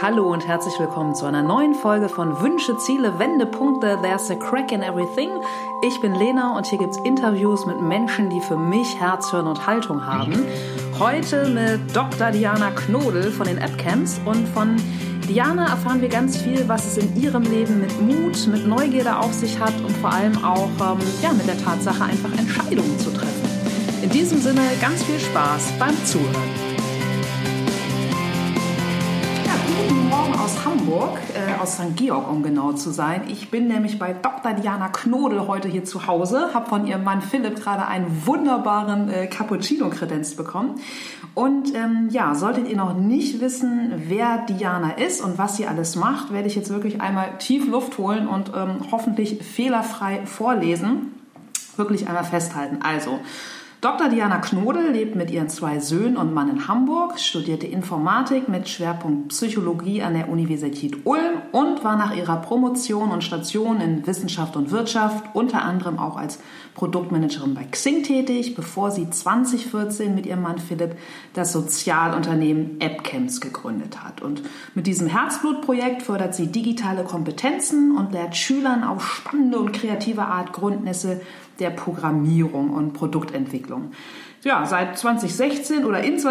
Hallo und herzlich willkommen zu einer neuen Folge von Wünsche, Ziele, Wendepunkte, There's a Crack in Everything. Ich bin Lena und hier gibt's Interviews mit Menschen, die für mich Herz, Hirn und Haltung haben. Heute mit Dr. Diana Knodel von den App-Camps, und von Diana erfahren wir ganz viel, was es in ihrem Leben mit Mut, mit Neugierde auf sich hat und vor allem auch mit der Tatsache, einfach Entscheidungen zu treffen. In diesem Sinne ganz viel Spaß beim Zuhören. Guten Morgen aus Hamburg, aus St. Georg, um genau zu sein. Ich bin nämlich bei Dr. Diana Knodel heute hier zu Hause, habe von ihrem Mann Philipp gerade einen wunderbaren Cappuccino kredenzt bekommen. Und solltet ihr noch nicht wissen, wer Diana ist und was sie alles macht, werde ich jetzt wirklich einmal tief Luft holen und hoffentlich fehlerfrei vorlesen. Wirklich einmal festhalten. Also, Dr. Diana Knodel lebt mit ihren 2 Söhnen und Mann in Hamburg, studierte Informatik mit Schwerpunkt Psychologie an der Universität Ulm und war nach ihrer Promotion und Station in Wissenschaft und Wirtschaft unter anderem auch als Produktmanagerin bei Xing tätig, bevor sie 2014 mit ihrem Mann Philipp das Sozialunternehmen App-Camps gegründet hat. Und mit diesem Herzblutprojekt fördert sie digitale Kompetenzen und lehrt Schülern auf spannende und kreative Art Grundrisse der Programmierung und Produktentwicklung. Ja, seit 2016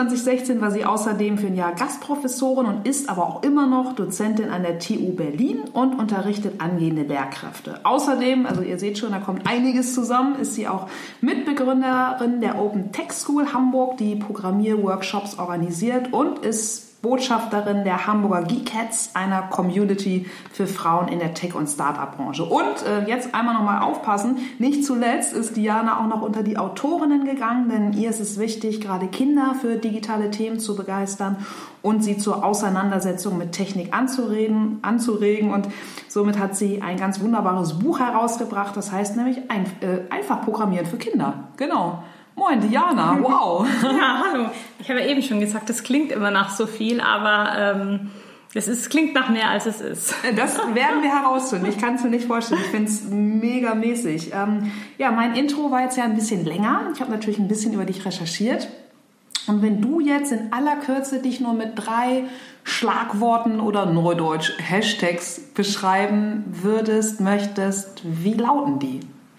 war sie außerdem für ein Jahr Gastprofessorin und ist aber auch immer noch Dozentin an der TU Berlin und unterrichtet angehende Lehrkräfte. Außerdem, also ihr seht schon, da kommt einiges zusammen, ist sie auch Mitbegründerin der Open Tech School Hamburg, die Programmierworkshops organisiert, und ist Botschafterin der Hamburger Geekheads, einer Community für Frauen in der Tech- und Start-up-Branche. Und jetzt einmal nochmal aufpassen, nicht zuletzt ist Diana auch noch unter die Autorinnen gegangen, denn ihr ist es wichtig, gerade Kinder für digitale Themen zu begeistern und sie zur Auseinandersetzung mit Technik anzuregen. Und somit hat sie ein ganz wunderbares Buch herausgebracht, das heißt nämlich einfach Programmieren für Kinder. Genau. Moin Diana, wow. Ja, hallo. Ich habe ja eben schon gesagt, das klingt immer nach so viel, aber es klingt nach mehr, als es ist. Das werden wir herausfinden. Ich kann es mir nicht vorstellen. Ich finde es mega mäßig. Mein Intro war jetzt ja ein bisschen länger. Ich habe natürlich ein bisschen über dich recherchiert. Und wenn du jetzt in aller Kürze dich nur mit 3 Schlagworten oder Neudeutsch Hashtags beschreiben möchtest, wie lauten die?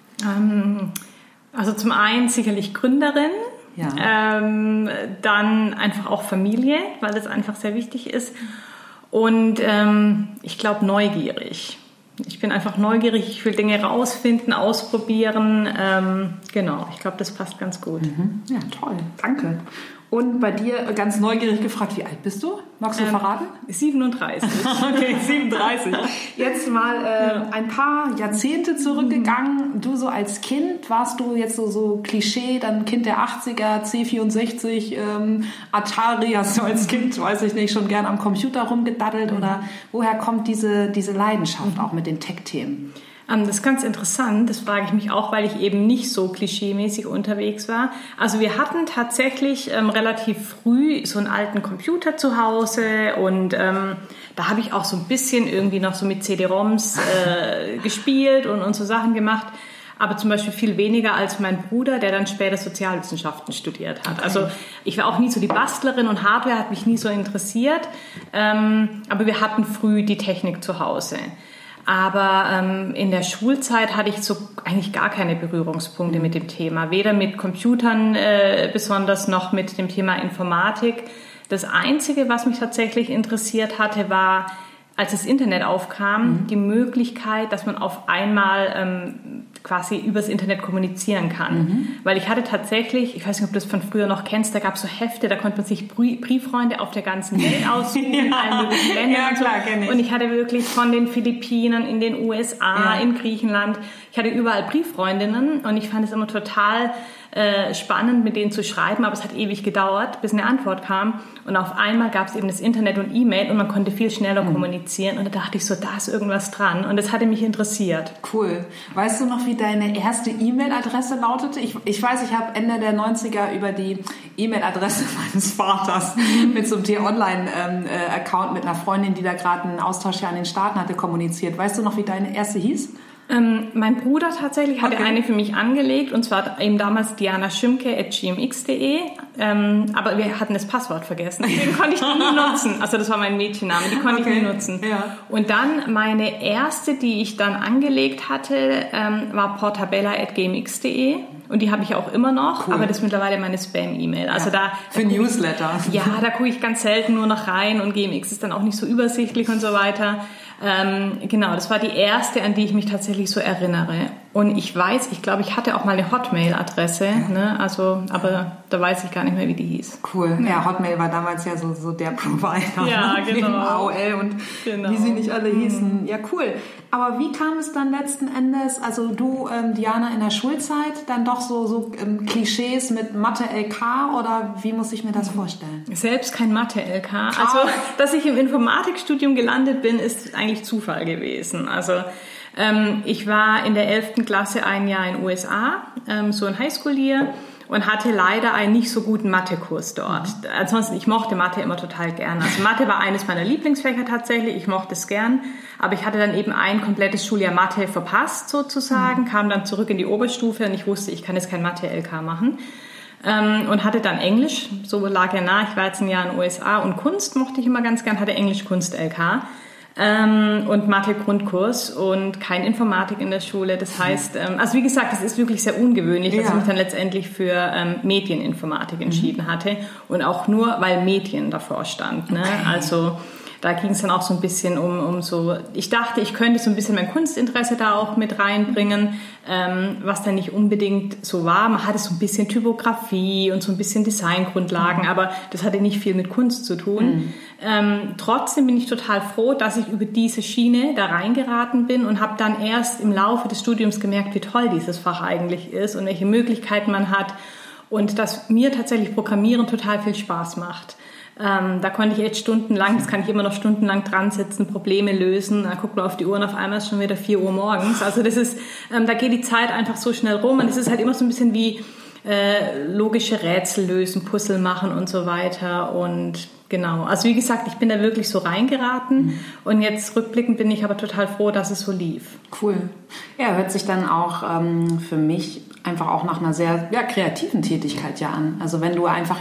Also zum einen sicherlich Gründerin, ja. Dann einfach auch Familie, weil das einfach sehr wichtig ist, und ich glaube neugierig. Ich bin einfach neugierig, ich will Dinge rausfinden, ausprobieren, ich glaube, das passt ganz gut. Ja, toll, danke. Und bei dir ganz neugierig gefragt, wie alt bist du? Magst du verraten? 37. Okay, 37. Jetzt mal ein paar Jahrzehnte zurückgegangen. Du so als Kind, warst du jetzt so Klischee, dann Kind der 80er, C64, Atari, hast du als Kind, weiß ich nicht, schon gern am Computer rumgedaddelt? Oder woher kommt diese Leidenschaft auch mit den Tech-Themen? Das ist ganz interessant, das frage ich mich auch, weil ich eben nicht so klischeemäßig unterwegs war. Also wir hatten tatsächlich relativ früh so einen alten Computer zu Hause, und da habe ich auch so ein bisschen irgendwie noch so mit CD-ROMs gespielt und so Sachen gemacht. Aber zum Beispiel viel weniger als mein Bruder, der dann später Sozialwissenschaften studiert hat. Okay. Also ich war auch nie so die Bastlerin, und Hardware hat mich nie so interessiert. Aber wir hatten früh die Technik zu Hause. Aber in der Schulzeit hatte ich so eigentlich gar keine Berührungspunkte mit dem Thema. Weder mit Computern besonders noch mit dem Thema Informatik. Das Einzige, was mich tatsächlich interessiert hatte, war, als das Internet aufkam, die Möglichkeit, dass man auf einmal quasi übers Internet kommunizieren kann. Weil ich hatte tatsächlich, ich weiß nicht, ob du das von früher noch kennst, da gab es so Hefte, da konnte man sich Brieffreunde auf der ganzen Welt aussuchen, in allen möglichen Ländern. Ja, klar, kenn ich. Und ich hatte wirklich von den Philippinen, in den USA, in Griechenland, ich hatte überall Brieffreundinnen, und ich fand es immer total spannend, mit denen zu schreiben, aber es hat ewig gedauert, bis eine Antwort kam, und auf einmal gab es eben das Internet und E-Mail, und man konnte viel schneller kommunizieren, und da dachte ich so, da ist irgendwas dran, und das hatte mich interessiert. Cool. Weißt du noch, wie deine erste E-Mail-Adresse lautete? Ich weiß, ich habe Ende der 90er über die E-Mail-Adresse meines Vaters mit so einem T-Online-Account mit einer Freundin, die da gerade einen Austausch ja an den Staaten hatte, kommuniziert. Weißt du noch, wie deine erste hieß? Mein Bruder tatsächlich hatte eine für mich angelegt, und zwar eben damals dianaschimke@gmx.de, aber wir hatten das Passwort vergessen, deswegen konnte ich die nie nutzen. Also das war mein Mädchenname, die konnte ich nie nutzen. Ja. Und dann meine erste, die ich dann angelegt hatte, war portabella@gmx.de. Und die habe ich auch immer noch, aber das ist mittlerweile meine Spam-E-Mail. Also für Newsletter. Ja, da gucke ich ganz selten nur noch rein, und GMX ist dann auch nicht so übersichtlich und so weiter. Genau, das war die erste, an die ich mich tatsächlich so erinnere. Und ich glaube, ich hatte auch mal eine Hotmail-Adresse, ne? Also, aber da weiß ich gar nicht mehr, wie die hieß. Cool. Ja, Hotmail war damals ja so der Provider. Ja, ne? genau. AOL und wie sie nicht alle hießen. Ja, cool. Aber wie kam es dann letzten Endes, also du, Diana, in der Schulzeit, dann doch so Klischees mit Mathe-LK, oder wie muss ich mir das vorstellen? Selbst kein Mathe-LK. Also, dass ich im Informatikstudium gelandet bin, ist eigentlich Zufall gewesen. Also, ich war in der 11. Klasse ein Jahr in den USA, so ein Highschool-Year, und hatte leider einen nicht so guten Mathekurs dort. Ansonsten, ich mochte Mathe immer total gern. Also Mathe war eines meiner Lieblingsfächer tatsächlich, ich mochte es gern, aber ich hatte dann eben ein komplettes Schuljahr Mathe verpasst sozusagen, kam dann zurück in die Oberstufe und ich wusste, ich kann jetzt kein Mathe-LK machen. Und hatte dann Englisch, so lag ja nah, ich war jetzt ein Jahr in den USA, und Kunst mochte ich immer ganz gern, hatte Englisch-Kunst-LK. Und Mathe-Grundkurs und kein Informatik in der Schule. Das heißt, also wie gesagt, das ist wirklich sehr ungewöhnlich, dass ich mich dann letztendlich für Medieninformatik entschieden hatte, und auch nur, weil Medien davor stand. Ne? Okay. Also da ging es dann auch so ein bisschen um so, ich dachte, ich könnte so ein bisschen mein Kunstinteresse da auch mit reinbringen, was dann nicht unbedingt so war. Man hatte so ein bisschen Typografie und so ein bisschen Designgrundlagen, aber das hatte nicht viel mit Kunst zu tun. Trotzdem bin ich total froh, dass ich über diese Schiene da reingeraten bin, und habe dann erst im Laufe des Studiums gemerkt, wie toll dieses Fach eigentlich ist und welche Möglichkeiten man hat, und dass mir tatsächlich Programmieren total viel Spaß macht. Da konnte ich echt stundenlang, das kann ich immer noch stundenlang dran sitzen, Probleme lösen. Da guckt man auf die Uhr und auf einmal ist schon wieder 4 Uhr morgens. Also das ist, da geht die Zeit einfach so schnell rum, und es ist halt immer so ein bisschen wie logische Rätsel lösen, Puzzle machen und so weiter. Und genau, also wie gesagt, ich bin da wirklich so reingeraten, und jetzt rückblickend bin ich aber total froh, dass es so lief. Cool. Ja, hört sich dann auch für mich einfach auch nach einer sehr kreativen Tätigkeit ja an. Also wenn du einfach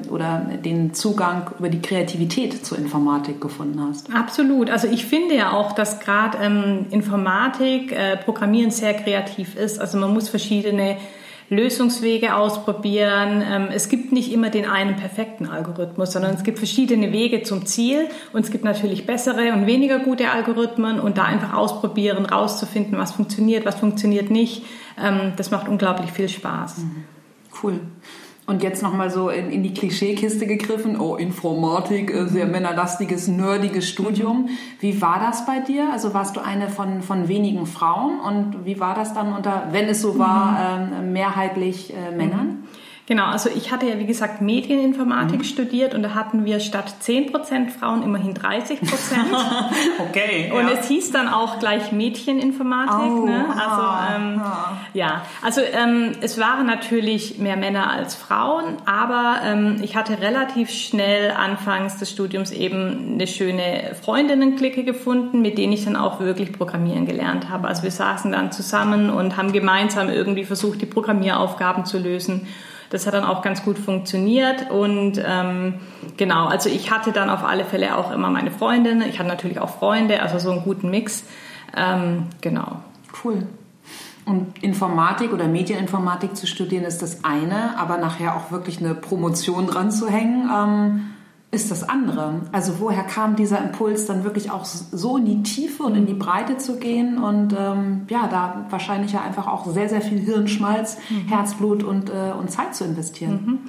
den Zugang über die Kreativität zur Informatik gefunden hast. Absolut. Also ich finde ja auch, dass gerade Informatik, Programmieren sehr kreativ ist. Also man muss verschiedene Lösungswege ausprobieren. Es gibt nicht immer den einen perfekten Algorithmus, sondern es gibt verschiedene Wege zum Ziel, und es gibt natürlich bessere und weniger gute Algorithmen, und da einfach ausprobieren, rauszufinden, was funktioniert nicht. Das macht unglaublich viel Spaß. Cool. Und jetzt nochmal so in die Klischeekiste gegriffen. Oh, Informatik, sehr männerlastiges, nerdiges Studium. Wie war das bei dir? Also warst du eine von wenigen Frauen? Und wie war das dann wenn es so war, mehrheitlich Männern? Genau, also ich hatte ja, wie gesagt, Medieninformatik studiert, und da hatten wir statt 10% Frauen immerhin 30%. Okay. Und es hieß dann auch gleich Mädcheninformatik. Ne? Also, es waren natürlich mehr Männer als Frauen, aber ich hatte relativ schnell anfangs des Studiums eben eine schöne Freundinnenklicke gefunden, mit denen ich dann auch wirklich Programmieren gelernt habe. Also wir saßen dann zusammen und haben gemeinsam irgendwie versucht, die Programmieraufgaben zu lösen. Das hat dann auch ganz gut funktioniert, und genau, also ich hatte dann auf alle Fälle auch immer meine Freundin, ich hatte natürlich auch Freunde, also so einen guten Mix, genau. Cool. Und Informatik oder Medieninformatik zu studieren ist das eine, aber nachher auch wirklich eine Promotion dran zu hängen, ist das andere. Also woher kam dieser Impuls, dann wirklich auch so in die Tiefe und in die Breite zu gehen, und da wahrscheinlich ja einfach auch sehr, sehr viel Hirnschmalz, Herzblut und Zeit zu investieren.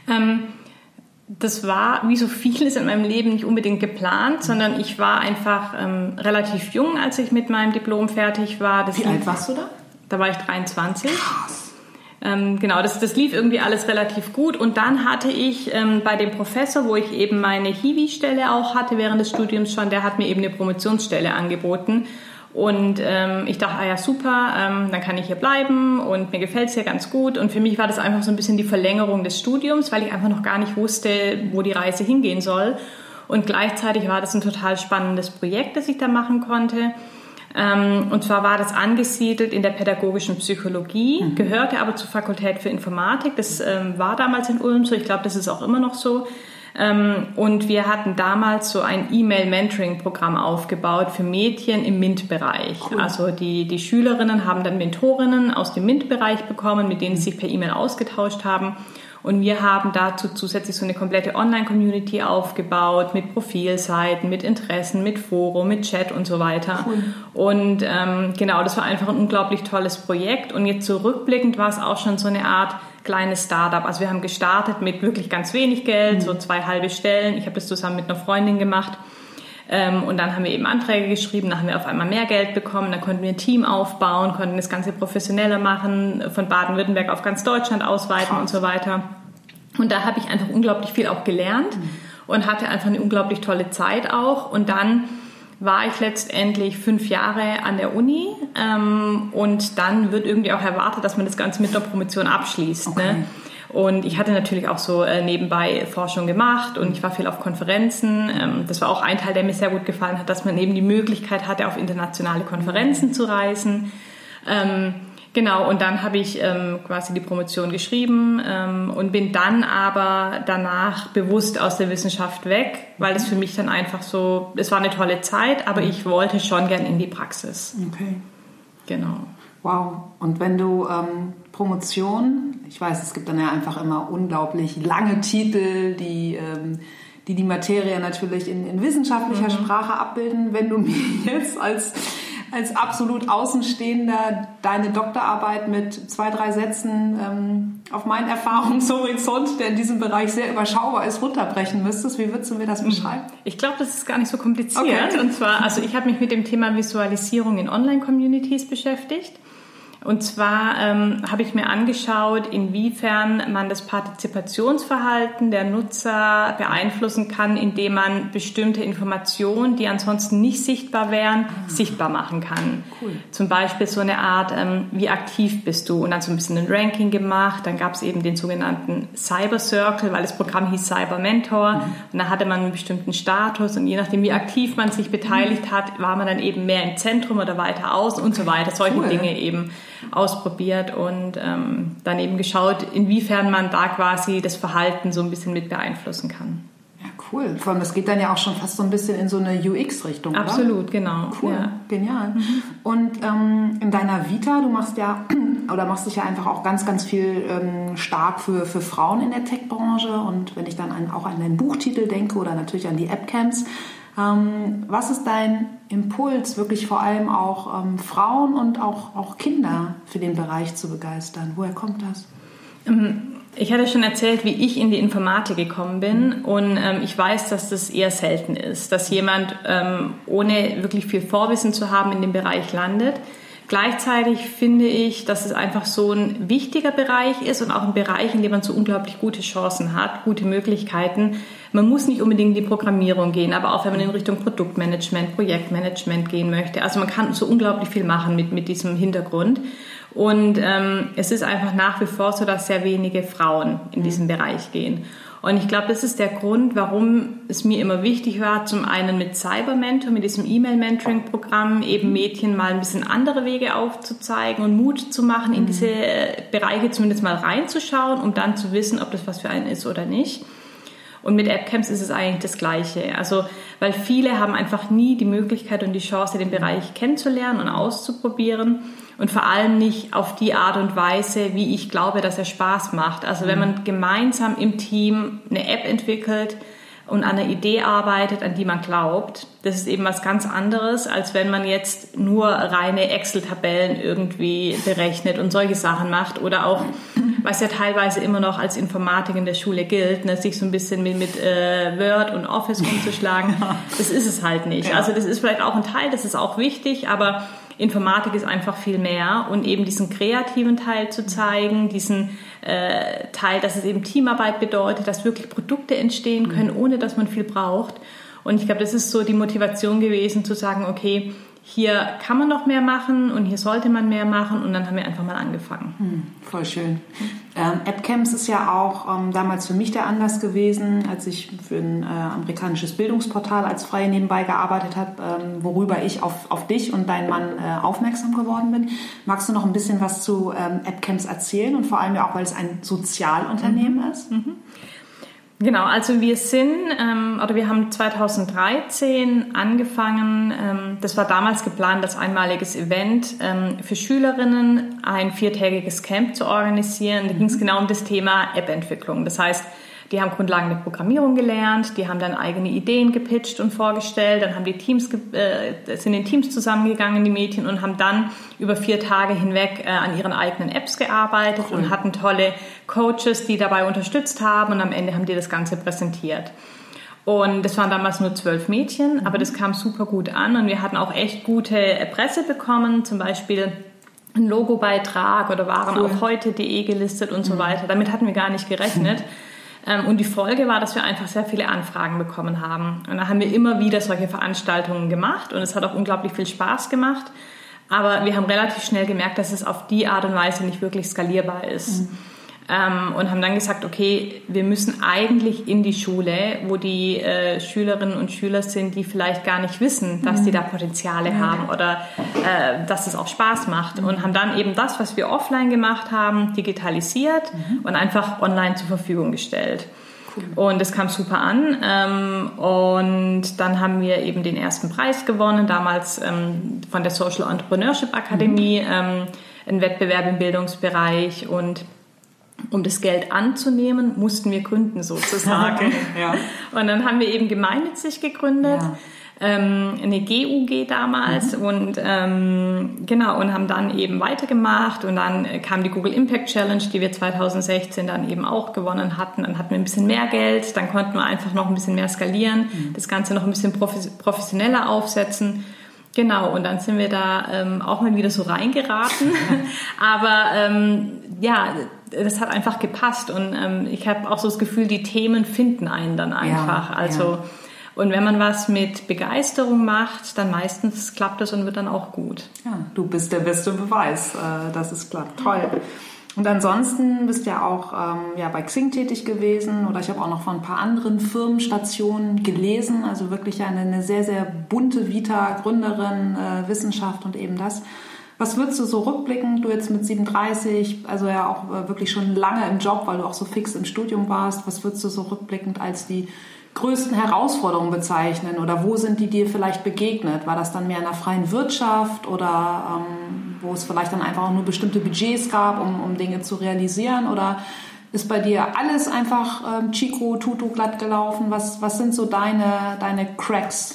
Das war, wie so vieles in meinem Leben, nicht unbedingt geplant, sondern ich war einfach relativ jung, als ich mit meinem Diplom fertig war. Wie alt warst du da? Da war ich 23. Krass. Genau, das lief irgendwie alles relativ gut, und dann hatte ich bei dem Professor, wo ich eben meine Hiwi-Stelle auch hatte während des Studiums schon, der hat mir eben eine Promotionsstelle angeboten, und ich dachte, ja super, dann kann ich hier bleiben, und mir gefällt es hier ganz gut, und für mich war das einfach so ein bisschen die Verlängerung des Studiums, weil ich einfach noch gar nicht wusste, wo die Reise hingehen soll, und gleichzeitig war das ein total spannendes Projekt, das ich da machen konnte. Und zwar war das angesiedelt in der pädagogischen Psychologie, gehörte aber zur Fakultät für Informatik. Das war damals in Ulm so, ich glaube, das ist auch immer noch so. Und wir hatten damals so ein E-Mail-Mentoring-Programm aufgebaut für Mädchen im MINT-Bereich. Cool. Also die Schülerinnen haben dann Mentorinnen aus dem MINT-Bereich bekommen, mit denen sie sich per E-Mail ausgetauscht haben. Und wir haben dazu zusätzlich so eine komplette Online-Community aufgebaut mit Profilseiten, mit Interessen, mit Forum, mit Chat und so weiter. Cool. Und genau, das war einfach ein unglaublich tolles Projekt. Und jetzt zurückblickend war es auch schon so eine Art kleines Startup. Also wir haben gestartet mit wirklich ganz wenig Geld, so 2 halbe Stellen. Ich habe das zusammen mit einer Freundin gemacht. Und dann haben wir eben Anträge geschrieben, dann haben wir auf einmal mehr Geld bekommen, dann konnten wir ein Team aufbauen, konnten das Ganze professioneller machen, von Baden-Württemberg auf ganz Deutschland ausweiten und so weiter. Und da habe ich einfach unglaublich viel auch gelernt und hatte einfach eine unglaublich tolle Zeit auch. Und dann war ich letztendlich 5 Jahre an der Uni und dann wird irgendwie auch erwartet, dass man das Ganze mit einer Promotion abschließt. Okay. Ne? Und ich hatte natürlich auch so nebenbei Forschung gemacht und ich war viel auf Konferenzen. Das war auch ein Teil, der mir sehr gut gefallen hat, dass man eben die Möglichkeit hatte, auf internationale Konferenzen zu reisen. Genau, und dann habe ich quasi die Promotion geschrieben und bin dann aber danach bewusst aus der Wissenschaft weg, weil es für mich dann einfach so, es war eine tolle Zeit, aber ich wollte schon gern in die Praxis. Okay. Genau. Wow. Und wenn du Promotion, ich weiß, es gibt dann ja einfach immer unglaublich lange Titel, die Materie natürlich in wissenschaftlicher Sprache abbilden. Wenn du mir jetzt als absolut Außenstehender deine Doktorarbeit mit 2, 3 Sätzen auf meinen Erfahrungshorizont, der in diesem Bereich sehr überschaubar ist, runterbrechen müsstest, wie würdest du mir das beschreiben? Ich glaube, das ist gar nicht so kompliziert. Okay. Und zwar, also ich habe mich mit dem Thema Visualisierung in Online-Communities beschäftigt. Und zwar habe ich mir angeschaut, inwiefern man das Partizipationsverhalten der Nutzer beeinflussen kann, indem man bestimmte Informationen, die ansonsten nicht sichtbar wären, sichtbar machen kann. Cool. Zum Beispiel so eine Art, wie aktiv bist du? Und dann so ein bisschen ein Ranking gemacht. Dann gab es eben den sogenannten Cyber Circle, weil das Programm hieß Cyber Mentor. Und da hatte man einen bestimmten Status und je nachdem, wie aktiv man sich beteiligt hat, war man dann eben mehr im Zentrum oder weiter außen und so weiter. Solche Dinge eben ausprobiert und dann eben geschaut, inwiefern man da quasi das Verhalten so ein bisschen mit beeinflussen kann. Ja, cool. Vor allem, das geht dann ja auch schon fast so ein bisschen in so eine UX-Richtung, oder? Absolut, genau. Cool, ja. Genial. Und in deiner Vita, du machst dich ja einfach auch ganz, ganz viel stark für Frauen in der Tech-Branche und wenn ich dann auch an deinen Buchtitel denke oder natürlich an die App-Camps, was ist dein Impuls, wirklich vor allem auch Frauen und auch Kinder für den Bereich zu begeistern? Woher kommt das? Ich hatte schon erzählt, wie ich in die Informatik gekommen bin und ich weiß, dass das eher selten ist, dass jemand ohne wirklich viel Vorwissen zu haben in dem Bereich landet. Gleichzeitig finde ich, dass es einfach so ein wichtiger Bereich ist und auch ein Bereich, in dem man so unglaublich gute Chancen hat, gute Möglichkeiten. Man muss nicht unbedingt in die Programmierung gehen, aber auch wenn man in Richtung Produktmanagement, Projektmanagement gehen möchte. Also man kann so unglaublich viel machen mit diesem Hintergrund. Und es ist einfach nach wie vor so, dass sehr wenige Frauen in diesen Bereich gehen. Und ich glaube, das ist der Grund, warum es mir immer wichtig war, zum einen mit Cyber Mentor, mit diesem E-Mail-Mentoring-Programm eben Mädchen mal ein bisschen andere Wege aufzuzeigen und Mut zu machen, in diese Bereiche zumindest mal reinzuschauen, um dann zu wissen, ob das was für einen ist oder nicht. Und mit AppCamps ist es eigentlich das Gleiche. Also, weil viele haben einfach nie die Möglichkeit und die Chance, den Bereich kennenzulernen und auszuprobieren. Und vor allem nicht auf die Art und Weise, wie ich glaube, dass er Spaß macht. Also wenn man gemeinsam im Team eine App entwickelt und an einer Idee arbeitet, an die man glaubt, das ist eben was ganz anderes, als wenn man jetzt nur reine Excel-Tabellen irgendwie berechnet und solche Sachen macht. Oder auch, was ja teilweise immer noch als Informatik in der Schule gilt, ne, sich so ein bisschen mit Word und Office rumzuschlagen. Das ist es halt nicht. Ja. Also das ist vielleicht auch ein Teil, das ist auch wichtig, aber Informatik ist einfach viel mehr und eben diesen kreativen Teil zu zeigen, diesen Teil, dass es eben Teamarbeit bedeutet, dass wirklich Produkte entstehen können, ohne dass man viel braucht. Und ich glaube, das ist so die Motivation gewesen, zu sagen, okay, hier kann man noch mehr machen und hier sollte man mehr machen und dann haben wir einfach mal angefangen. Voll schön. AppCamps ist ja auch damals für mich der Anlass gewesen, als ich für ein amerikanisches Bildungsportal als Freie nebenbei gearbeitet habe, worüber ich auf dich und deinen Mann aufmerksam geworden bin. Magst du noch ein bisschen was zu AppCamps erzählen und vor allem ja auch, weil es ein Sozialunternehmen ist? Genau, also wir haben 2013 angefangen, das war damals geplant, als einmaliges Event für Schülerinnen ein 4-tägiges Camp zu organisieren. Da ging es genau um das Thema App-Entwicklung. Das heißt, die haben Grundlagen der Programmierung gelernt, die haben dann eigene Ideen gepitcht und vorgestellt, dann haben die sind in Teams zusammengegangen, die Mädchen, und haben dann über 4 Tage hinweg an ihren eigenen Apps gearbeitet und hatten tolle Coaches, die dabei unterstützt haben, und am Ende haben die das Ganze präsentiert. Und das waren damals nur 12 Mädchen, aber das kam super gut an und wir hatten auch echt gute Presse bekommen, zum Beispiel ein Logobeitrag oder waren auf heute.de gelistet und so weiter. Damit hatten wir gar nicht gerechnet. Und die Folge war, dass wir einfach sehr viele Anfragen bekommen haben. Und da haben wir immer wieder solche Veranstaltungen gemacht und es hat auch unglaublich viel Spaß gemacht. Aber wir haben relativ schnell gemerkt, dass es auf die Art und Weise nicht wirklich skalierbar ist. Und haben dann gesagt, okay, wir müssen eigentlich in die Schule, wo die Schülerinnen und Schüler sind, die vielleicht gar nicht wissen, dass die da Potenziale haben oder dass es auch Spaß macht. Und haben dann eben das, was wir offline gemacht haben, digitalisiert und einfach online zur Verfügung gestellt. Cool. Und das kam super an. Und dann haben wir eben den ersten Preis gewonnen, damals von der Social Entrepreneurship Akademie, ein Wettbewerb im Bildungsbereich. Und um das Geld anzunehmen, mussten wir gründen sozusagen. Okay, ja. Und dann haben wir eben gemeinnützig gegründet, eine GUG damals und genau, und haben dann eben weitergemacht, und dann kam die Google Impact Challenge, die wir 2016 dann eben auch gewonnen hatten. Dann hatten wir ein bisschen mehr Geld, dann konnten wir einfach noch ein bisschen mehr skalieren, das Ganze noch ein bisschen professioneller aufsetzen. Genau, und dann sind wir da auch mal wieder so reingeraten. Aber das hat einfach gepasst. Und ich habe auch so das Gefühl, die Themen finden einen dann einfach. Und wenn man was mit Begeisterung macht, dann meistens klappt es und wird dann auch gut. Ja, du bist der beste Beweis, dass es klappt. Toll. Und ansonsten bist du ja auch bei Xing tätig gewesen, oder ich habe auch noch von ein paar anderen Firmenstationen gelesen. Also wirklich eine sehr, sehr bunte Vita, Gründerin, Wissenschaft und eben das. Was würdest du so rückblickend, du jetzt mit 37, also ja auch wirklich schon lange im Job, weil du auch so fix im Studium warst, was würdest du so rückblickend als die größten Herausforderungen bezeichnen, oder wo sind die dir vielleicht begegnet? War das dann mehr in der freien Wirtschaft oder wo es vielleicht dann einfach auch nur bestimmte Budgets gab, um Dinge zu realisieren, oder ist bei dir alles einfach Chico, Tutu, glatt gelaufen? Was sind so deine Cracks?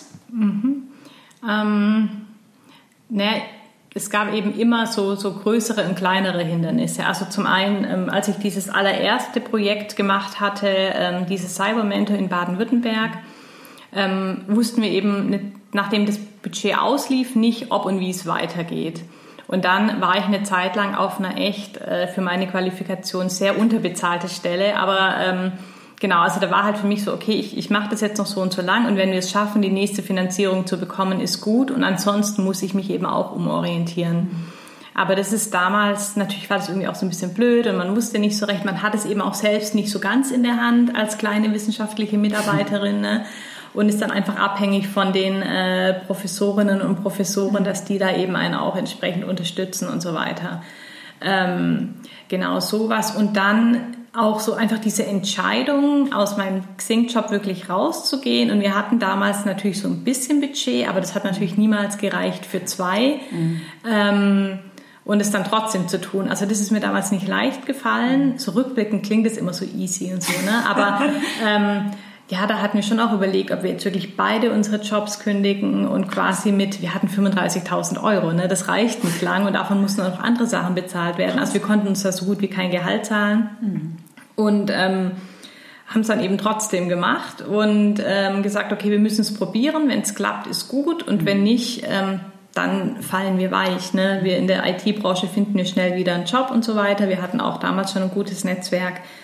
Es gab eben immer so größere und kleinere Hindernisse. Also zum einen, als ich dieses allererste Projekt gemacht hatte, dieses Cybermentor in Baden-Württemberg, wussten wir eben, nachdem das Budget auslief, nicht, ob und wie es weitergeht. Und dann war ich eine Zeit lang auf einer echt für meine Qualifikation sehr unterbezahlte Stelle, aber genau, also da war halt für mich so, okay, ich mache das jetzt noch so und so lang, und wenn wir es schaffen, die nächste Finanzierung zu bekommen, ist gut, und ansonsten muss ich mich eben auch umorientieren. Aber das ist damals, natürlich war das irgendwie auch so ein bisschen blöd und man wusste nicht so recht, man hat es eben auch selbst nicht so ganz in der Hand als kleine wissenschaftliche Mitarbeiterin, ne? Und ist dann einfach abhängig von den Professorinnen und Professoren, dass die da eben einen auch entsprechend unterstützen und so weiter. Genau, sowas. Und dann auch so einfach diese Entscheidung, aus meinem Xing-Job wirklich rauszugehen. Und wir hatten damals natürlich so ein bisschen Budget, aber das hat natürlich niemals gereicht für 2. Und es dann trotzdem zu tun. Also das ist mir damals nicht leicht gefallen. So rückblickend klingt es immer so easy und so, ne? Aber da hatten wir schon auch überlegt, ob wir jetzt wirklich beide unsere Jobs kündigen und quasi wir hatten 35.000 €, ne? Das reicht nicht lang, und davon mussten auch noch andere Sachen bezahlt werden. Also wir konnten uns da so gut wie kein Gehalt zahlen. Und haben es dann eben trotzdem gemacht und gesagt, okay, wir müssen es probieren. Wenn es klappt, ist gut, und wenn nicht, dann fallen wir weich. Ne? Wir in der IT-Branche finden wir schnell wieder einen Job und so weiter. Wir hatten auch damals schon ein gutes Netzwerk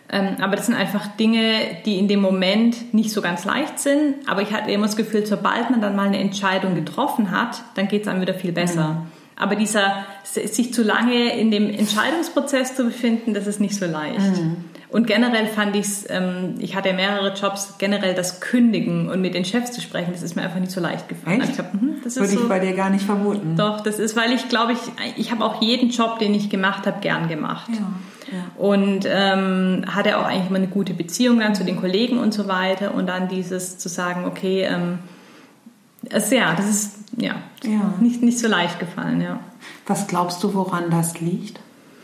Aber das sind einfach Dinge, die in dem Moment nicht so ganz leicht sind. Aber ich hatte immer das Gefühl, sobald man dann mal eine Entscheidung getroffen hat, dann geht es einem wieder viel besser. Aber sich zu lange in dem Entscheidungsprozess zu befinden, das ist nicht so leicht. Und generell fand ich hatte mehrere Jobs, generell das Kündigen und mit den Chefs zu sprechen, das ist mir einfach nicht so leicht gefallen. Echt? Ich glaub, das Würde ich bei dir gar nicht vermuten. Doch, das ist, weil ich glaube, ich habe auch jeden Job, den ich gemacht habe, gern gemacht. Ja. Und hatte auch eigentlich immer eine gute Beziehung dann zu den Kollegen und so weiter. Und dann dieses zu sagen, okay, das ist nicht so leicht gefallen. Ja. Was glaubst du, woran das liegt?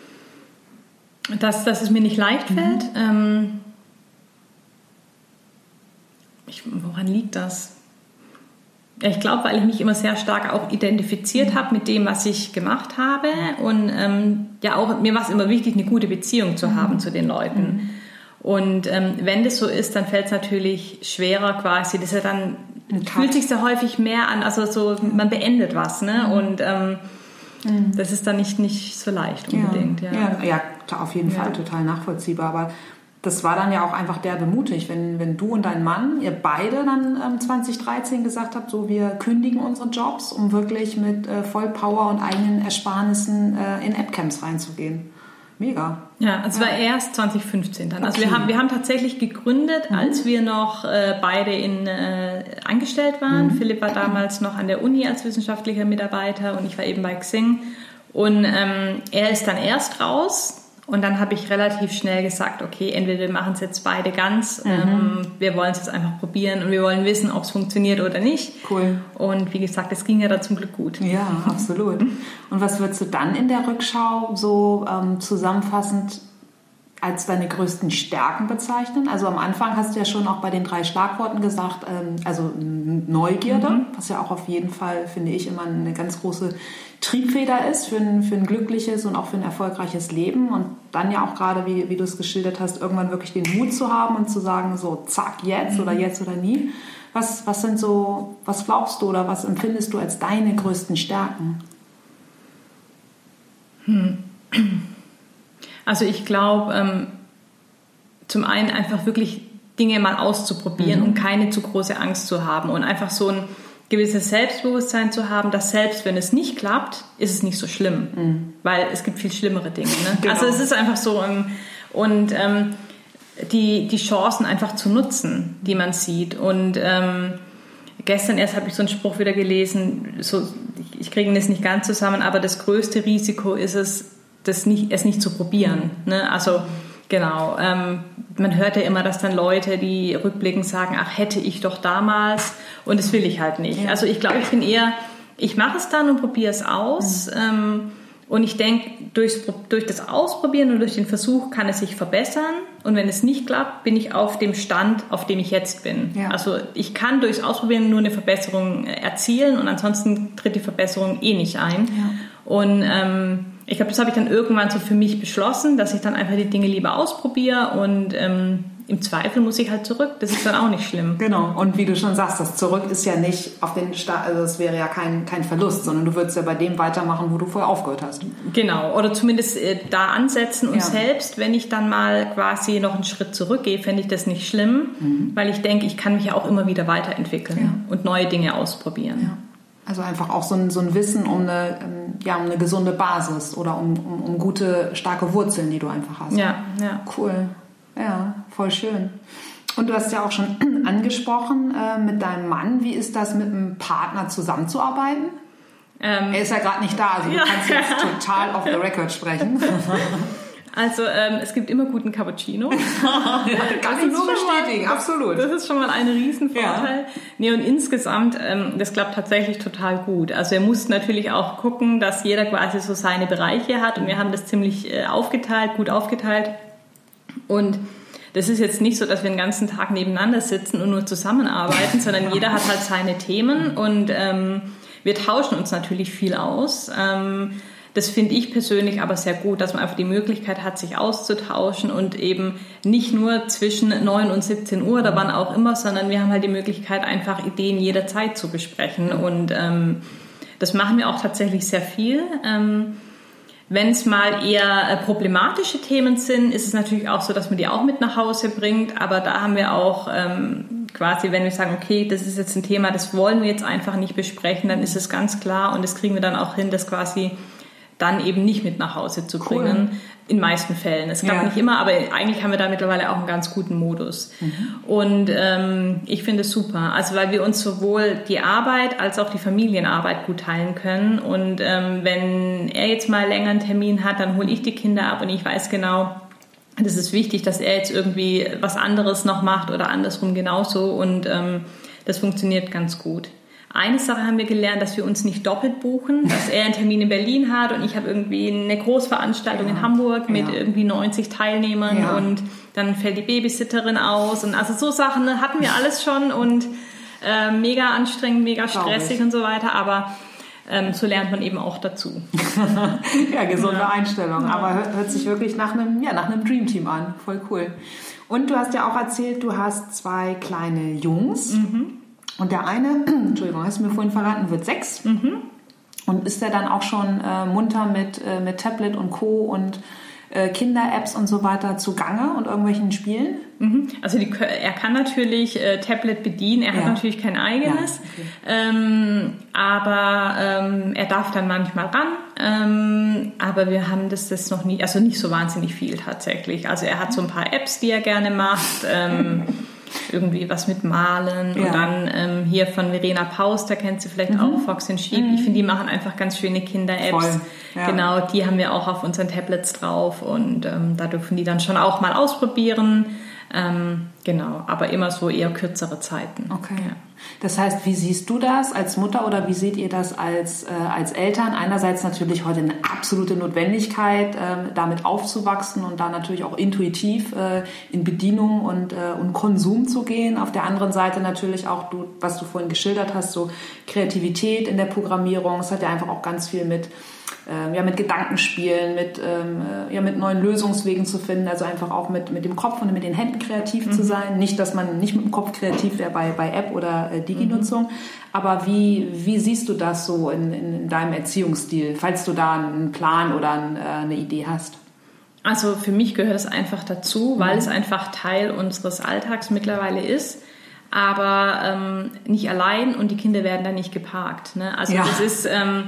Dass es mir nicht leicht fällt. Woran liegt das? Ja, ich glaube, weil ich mich immer sehr stark auch identifiziert habe mit dem, was ich gemacht habe. Und auch mir war es immer wichtig, eine gute Beziehung zu haben zu den Leuten. Und wenn das so ist, dann fällt es natürlich schwerer quasi. Das ist ja dann fühlt sich sehr häufig mehr an, also so man beendet was, ne? Und das ist dann nicht so leicht unbedingt. Ja, auf jeden Fall total nachvollziehbar. Aber das war dann ja auch einfach derbe mutig, wenn du und dein Mann, ihr beide dann 2013 gesagt habt, so wir kündigen unsere Jobs, um wirklich mit Vollpower und eigenen Ersparnissen in Appcamps reinzugehen. Mega. Ja, es war erst 2015 dann. Also wir haben tatsächlich gegründet, als wir noch beide angestellt waren. Philipp war damals noch an der Uni als wissenschaftlicher Mitarbeiter und ich war eben bei Xing. Und er ist dann erst raus. Und dann habe ich relativ schnell gesagt, okay, entweder wir machen es jetzt beide ganz, wir wollen es jetzt einfach probieren und wir wollen wissen, ob es funktioniert oder nicht. Cool. Und wie gesagt, es ging ja da zum Glück gut. Ja, absolut. Und was würdest du dann in der Rückschau so zusammenfassend als deine größten Stärken bezeichnen? Also am Anfang hast du ja schon auch bei den 3 Schlagworten gesagt, also Neugierde, was ja auch auf jeden Fall, finde ich, immer eine ganz große Triebfeder ist für ein glückliches und auch für ein erfolgreiches Leben. Und dann ja auch gerade, wie du es geschildert hast, irgendwann wirklich den Mut zu haben und zu sagen, so zack, jetzt oder nie. Was glaubst du oder was empfindest du als deine größten Stärken? Also ich glaube, zum einen einfach wirklich Dinge mal auszuprobieren und keine zu große Angst zu haben und einfach so ein gewisses Selbstbewusstsein zu haben, dass selbst wenn es nicht klappt, ist es nicht so schlimm, weil es gibt viel schlimmere Dinge. Ne? Genau. Also es ist einfach so und die Chancen einfach zu nutzen, die man sieht. Und gestern erst habe ich so einen Spruch wieder gelesen, so, ich kriege das nicht ganz zusammen, aber das größte Risiko ist es nicht zu probieren. Ne? Also genau, man hört ja immer, dass dann Leute, die rückblickend sagen, ach, hätte ich doch damals, und das will ich halt nicht. Ja. Also ich glaube, ich mache es dann und probiere es aus. Und ich denke, durch das Ausprobieren und durch den Versuch kann es sich verbessern. Und wenn es nicht klappt, bin ich auf dem Stand, auf dem ich jetzt bin. Ja. Also ich kann durchs Ausprobieren nur eine Verbesserung erzielen und ansonsten tritt die Verbesserung nicht ein. Ja. Und ich glaube, das habe ich dann irgendwann so für mich beschlossen, dass ich dann einfach die Dinge lieber ausprobiere und im Zweifel muss ich halt zurück. Das ist dann auch nicht schlimm. Genau. Und wie du schon sagst, das Zurück ist ja nicht auf den Start, also es wäre ja kein Verlust, sondern du würdest ja bei dem weitermachen, wo du vorher aufgehört hast. Genau. Oder zumindest da ansetzen und selbst, wenn ich dann mal quasi noch einen Schritt zurückgehe, fände ich das nicht schlimm, weil ich denke, ich kann mich ja auch immer wieder weiterentwickeln und neue Dinge ausprobieren. Ja. Also einfach auch so ein Wissen um eine gesunde Basis oder um gute, starke Wurzeln, die du einfach hast. Ja. Cool. Ja, voll schön. Und du hast ja auch schon angesprochen mit deinem Mann. Wie ist das, mit einem Partner zusammenzuarbeiten? Er ist ja gerade nicht da, also du kannst jetzt total off the record sprechen. Also es gibt immer guten Cappuccino. Kann ich nur bestätigen, absolut. Das ist schon mal ein Riesenvorteil. Ja. Nee, und insgesamt, das klappt tatsächlich total gut. Also er muss natürlich auch gucken, dass jeder quasi so seine Bereiche hat und wir haben das ziemlich gut aufgeteilt. Und das ist jetzt nicht so, dass wir den ganzen Tag nebeneinander sitzen und nur zusammenarbeiten, sondern jeder hat halt seine Themen und wir tauschen uns natürlich viel aus. Das finde ich persönlich aber sehr gut, dass man einfach die Möglichkeit hat, sich auszutauschen und eben nicht nur zwischen 9 und 17 Uhr oder wann auch immer, sondern wir haben halt die Möglichkeit, einfach Ideen jederzeit zu besprechen und das machen wir auch tatsächlich sehr viel. Wenn es mal eher problematische Themen sind, ist es natürlich auch so, dass man die auch mit nach Hause bringt. Aber da haben wir auch quasi, wenn wir sagen, okay, das ist jetzt ein Thema, das wollen wir jetzt einfach nicht besprechen, dann ist es ganz klar und das kriegen wir dann auch hin, das quasi dann eben nicht mit nach Hause zu bringen. In meisten Fällen. Es klappt nicht immer, aber eigentlich haben wir da mittlerweile auch einen ganz guten Modus. Und ich finde es super. Also weil wir uns sowohl die Arbeit als auch die Familienarbeit gut teilen können. Und wenn er jetzt mal länger einen Termin hat, dann hole ich die Kinder ab und ich weiß genau, das ist wichtig, dass er jetzt irgendwie was anderes noch macht oder andersrum genauso. Und das funktioniert ganz gut. Eine Sache haben wir gelernt, dass wir uns nicht doppelt buchen, dass er einen Termin in Berlin hat und ich habe irgendwie eine Großveranstaltung in Hamburg mit irgendwie 90 Teilnehmern und dann fällt die Babysitterin aus und also so Sachen hatten wir alles schon und mega anstrengend, mega stressig und so weiter, aber so lernt man eben auch dazu. Ja, gesunde Einstellung, aber hört sich wirklich nach einem Dreamteam an, voll cool. Und du hast ja auch erzählt, du hast 2 kleine Jungs. Und der eine, Entschuldigung, hast du mir vorhin verraten, wird 6. Und ist der dann auch schon munter mit Tablet und Co. und Kinder-Apps und so weiter zugange und irgendwelchen Spielen? Also er kann natürlich Tablet bedienen, er hat natürlich kein eigenes, aber er darf dann manchmal ran, aber wir haben das noch nie, also nicht so wahnsinnig viel tatsächlich. Also er hat so ein paar Apps, die er gerne macht, irgendwie was mit Malen und dann hier von Verena Paus, da kennt sie vielleicht auch, Fox and Sheep. Ich finde, die machen einfach ganz schöne Kinder-Apps. Genau, die haben wir auch auf unseren Tablets drauf und da dürfen die dann schon auch mal ausprobieren. Genau, aber immer so eher kürzere Zeiten. Okay. Ja. Das heißt, wie siehst du das als Mutter oder wie seht ihr das als Eltern? Einerseits natürlich heute eine absolute Notwendigkeit, damit aufzuwachsen und da natürlich auch intuitiv in Bedienung und Konsum zu gehen. Auf der anderen Seite natürlich auch, was du vorhin geschildert hast, so Kreativität in der Programmierung. Es hat ja einfach auch ganz viel mit Gedankenspielen, mit neuen Lösungswegen zu finden, also einfach auch mit dem Kopf und mit den Händen kreativ zu sein. Nicht, dass man nicht mit dem Kopf kreativ wäre bei App oder Digi-Nutzung, aber wie siehst du das so in deinem Erziehungsstil, falls du da einen Plan oder eine Idee hast? Also für mich gehört es einfach dazu, weil es einfach Teil unseres Alltags mittlerweile ist, aber nicht allein und die Kinder werden da nicht geparkt. Ne? Also das ist...